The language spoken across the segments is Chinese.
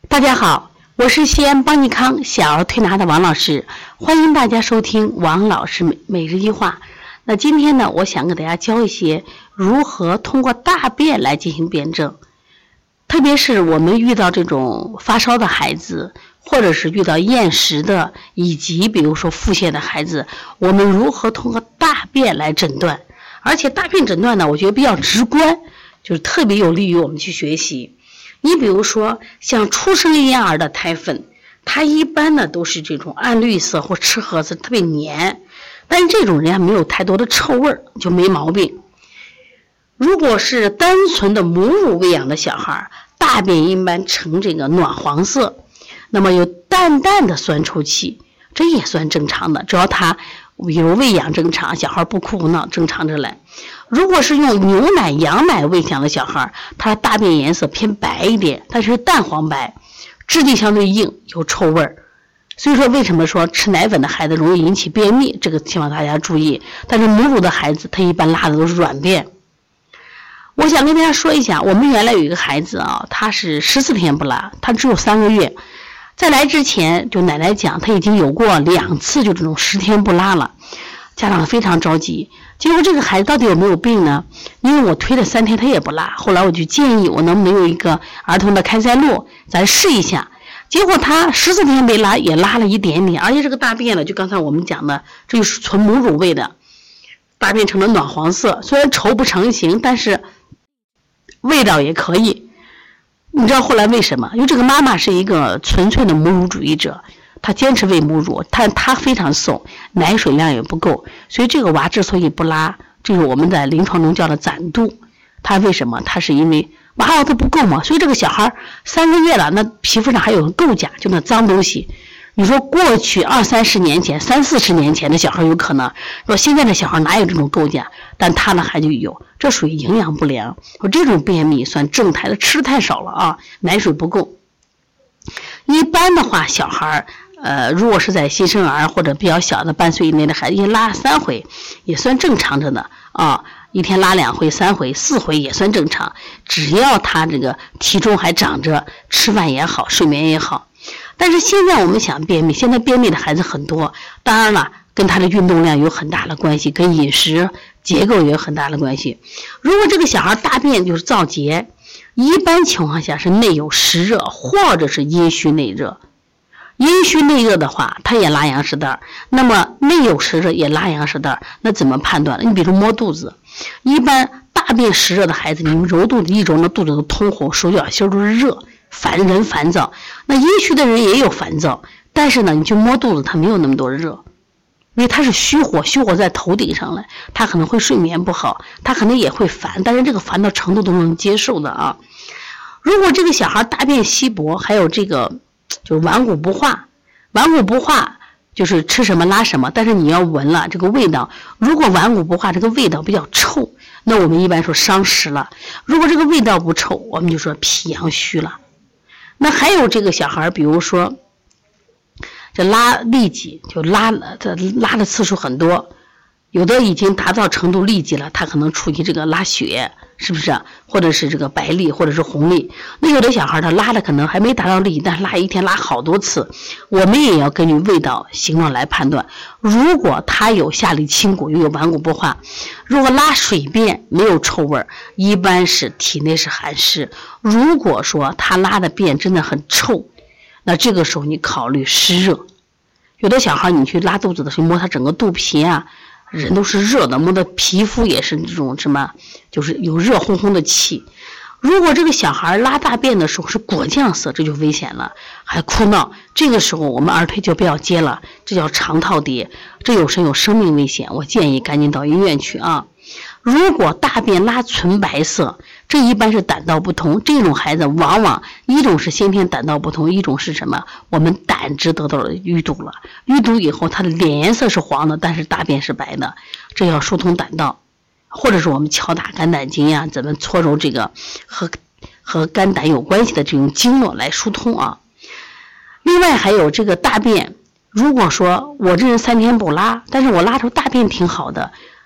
大家好，我是西安邦尼康小儿推拿的王老师，欢迎大家收听王老师每日一话。那今天呢，我想给大家教一些如何通过大便来进行辩证，特别是我们遇到这种发烧的孩子，或者是遇到厌食的，以及比如说腹泻的孩子，我们如何通过大便来诊断。而且大便诊断呢，我觉得比较直观，就是特别有利于我们去学习。你比如说像出生婴儿的胎粪，它一般呢都是这种暗绿色或赤褐色，特别黏，但是这种人家没有太多的臭味，就没毛病。如果是单纯的母乳喂养的小孩，大便一般呈这个暖黄色，那么有淡淡的酸臭气，这也算正常的，只要他比如喂养正常，小孩不哭不闹，正常着来。如果是用牛奶、羊奶喂养的小孩，他的大便颜色偏白一点，它是淡黄白，质地相对硬，有臭味儿。所以说为什么说吃奶粉的孩子容易引起便秘，这个希望大家注意。但是母乳的孩子他一般拉的都是软便。我想跟大家说一下，我们原来有一个孩子啊，他是14天不拉，他只有3个月。在来之前就奶奶讲他已经有过2次就这种10天不拉了，家长非常着急。结果这个孩子到底有没有病呢？因为我推了3天他也不拉，后来我就建议我能不能有一个儿童的开塞露咱试一下。结果他14天没拉，也拉了一点点，而且这个大便呢，就刚才我们讲的，这就是纯母乳喂的，大便成了暖黄色，虽然稠不成形，但是味道也可以。你知道后来为什么？因为这个妈妈是一个纯粹的母乳主义者，她坚持喂母乳，但她非常瘦，奶水量也不够，所以这个娃之所以不拉，这是我们在临床中叫的攒肚。他为什么？他是因为娃都不够嘛，所以这个小孩3个月了，那皮肤上还有垢甲，就那脏东西。你说过去20-30年前、30-40年前的小孩有可能，说现在的小孩哪有这种垢甲？但他呢还就有，这属于营养不良。说这种便秘算正态的，吃太少了啊，奶水不够。一般的话，小孩如果是在新生儿或者比较小的半岁以内的孩子，一拉3回也算正常着呢啊，一天拉2回、3回、4回也算正常，只要他这个体重还长着，吃饭也好，睡眠也好。但是现在我们想便秘，现在便秘的孩子很多，当然了，跟他的运动量有很大的关系，跟饮食结构也有很大的关系。如果这个小孩大便就是燥结，一般情况下是内有湿热，或者是阴虚内热。阴虚内热的话，他也拉羊屎蛋，那么内有湿热也拉羊屎蛋，那怎么判断？你比如摸肚子，一般大便湿热的孩子，你们揉肚子一揉，那肚子都通红，手脚心都是热，人烦躁。那阴虚的人也有烦躁，但是呢，你去摸肚子，他没有那么多热，因为他是虚火在头顶上了，他可能会睡眠不好，他可能也会烦，但是这个烦的程度都能接受的啊。如果这个小孩大便稀薄，还有这个就是顽固不化就是吃什么拉什么，但是你要闻了这个味道，如果顽固不化，这个味道比较臭，那我们一般说伤食了。如果这个味道不臭，我们就说脾阳虚了。那还有这个小孩，比如说这拉痢疾，就拉的次数很多，有的已经达到程度痢疾了，他可能处于这个拉血，是不是？或者是这个白痢，或者是红痢。那有的小孩他拉的可能还没达到痢，但拉一天拉好多次，我们也要根据味道形状来判断。如果他有下利清谷，又有顽固不化，如果拉水便没有臭味，一般是体内是寒湿。如果说他拉的便真的很臭，那这个时候你考虑湿热。有的小孩你去拉肚子的时候摸他整个肚皮啊，人都是热的，摸的皮肤也是这种什么，就是有热烘烘的气。如果这个小孩拉大便的时候是果酱色，这就危险了，还哭闹，这个时候我们儿推就不要接了，这叫肠套叠，这有生命危险，我建议赶紧到医院去啊。如果大便拉纯白色，这一般是胆道不通，这种孩子往往一种是先天胆道不通，一种是什么？我们胆汁得到了淤堵了，淤堵以后他的脸颜色是黄的，但是大便是白的，这要疏通胆道，或者是我们敲打肝胆经呀，怎么搓揉这个和肝胆有关系的这种经络来疏通啊。另外还有这个大便，如果说我这人3天不拉，但是我拉出大便挺好的，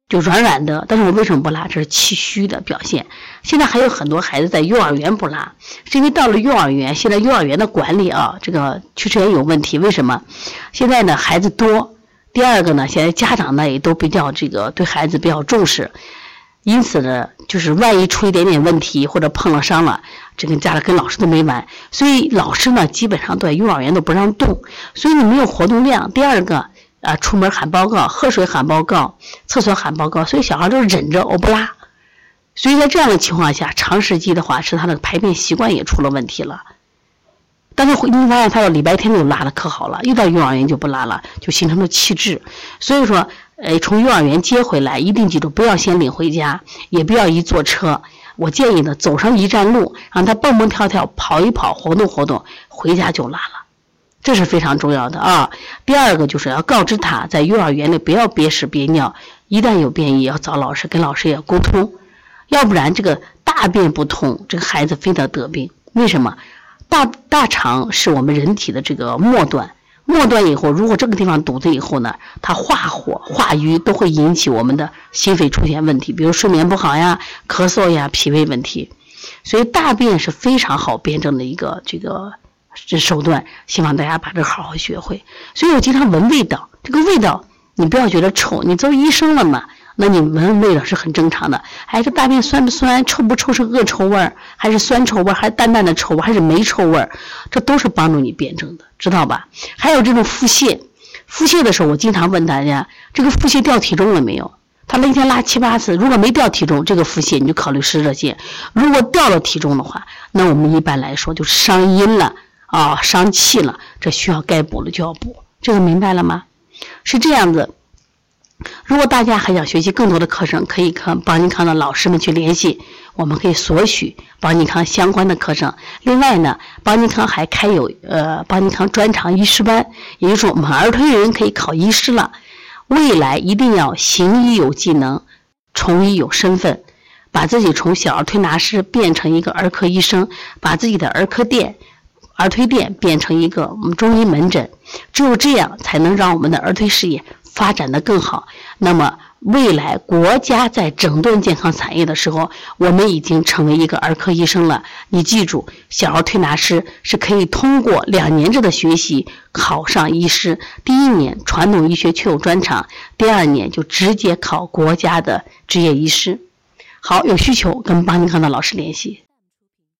就软软的，但是我为什么不拉？这是气虚的表现。现在还有很多孩子在幼儿园不拉，是因为到了幼儿园，现在幼儿园的管理这个确实也有问题。为什么？现在呢孩子多，第二个呢，现在家长呢也都比较对孩子比较重视，因此呢，就是万一出一点点问题或者碰了伤了，这跟家长跟老师都没完。所以老师呢基本上在幼儿园都不让动，所以你没有活动量。第二个。出门喊报告，喝水喊报告，厕所喊报告，所以小孩都忍着不拉。所以在这样的情况下，长时期的话是他的排便习惯也出了问题了。但是你发现他到礼拜天就拉的可好了，一到幼儿园就不拉了，就形成了气滞。所以说从幼儿园接回来一定记住，不要先领回家，也不要一坐车。我建议呢，走上一站路，让他蹦蹦跳跳，跑一跑，活动活动，回家就拉了。这是非常重要的第二个就是要告知他，在幼儿园里不要憋屎憋尿，一旦有便意要找老师，跟老师也沟通，要不然这个大便不通，这个孩子非得得病。为什么？大肠是我们人体的这个末端以后，如果这个地方堵着以后呢，它化火化瘀都会引起我们的心肺出现问题，比如睡眠不好呀、咳嗽呀、脾胃问题。所以大便是非常好辩证的一个这手段，希望大家把这好好学会。所以我经常闻味道，这个味道你不要觉得臭，你作为医生了嘛，那你闻味道是很正常的。这大便酸不酸，臭不臭，是恶臭味还是酸臭味，还是淡淡的臭味，还是没臭味，这都是帮助你辩证的，知道吧？还有这种腹泻的时候，我经常问大家，这个腹泻掉体重了没有？他一天拉7、8次，如果没掉体重，这个腹泻你就考虑湿热泻；如果掉了体重的话，那我们一般来说就伤阴了伤气了，这需要该补的就要补，这个明白了吗？是这样子。如果大家还想学习更多的课程，可以跟邦尼康的老师们去联系，我们可以索取邦尼康相关的课程。另外呢，邦尼康还开有邦尼康专长医师班，也就是说我们儿童人可以考医师了。未来一定要行医有技能，从医有身份，把自己从小儿推拿师变成一个儿科医生，把自己的儿推店变成一个我们中医门诊，只有这样才能让我们的儿推事业发展得更好。那么未来国家在整顿健康产业的时候，我们已经成为一个儿科医生了。你记住，小儿推拿师是可以通过2年制的学习考上医师，第1年传统医学确有专长，第2年就直接考国家的执业医师。好，有需求跟邦尼康的老师联系。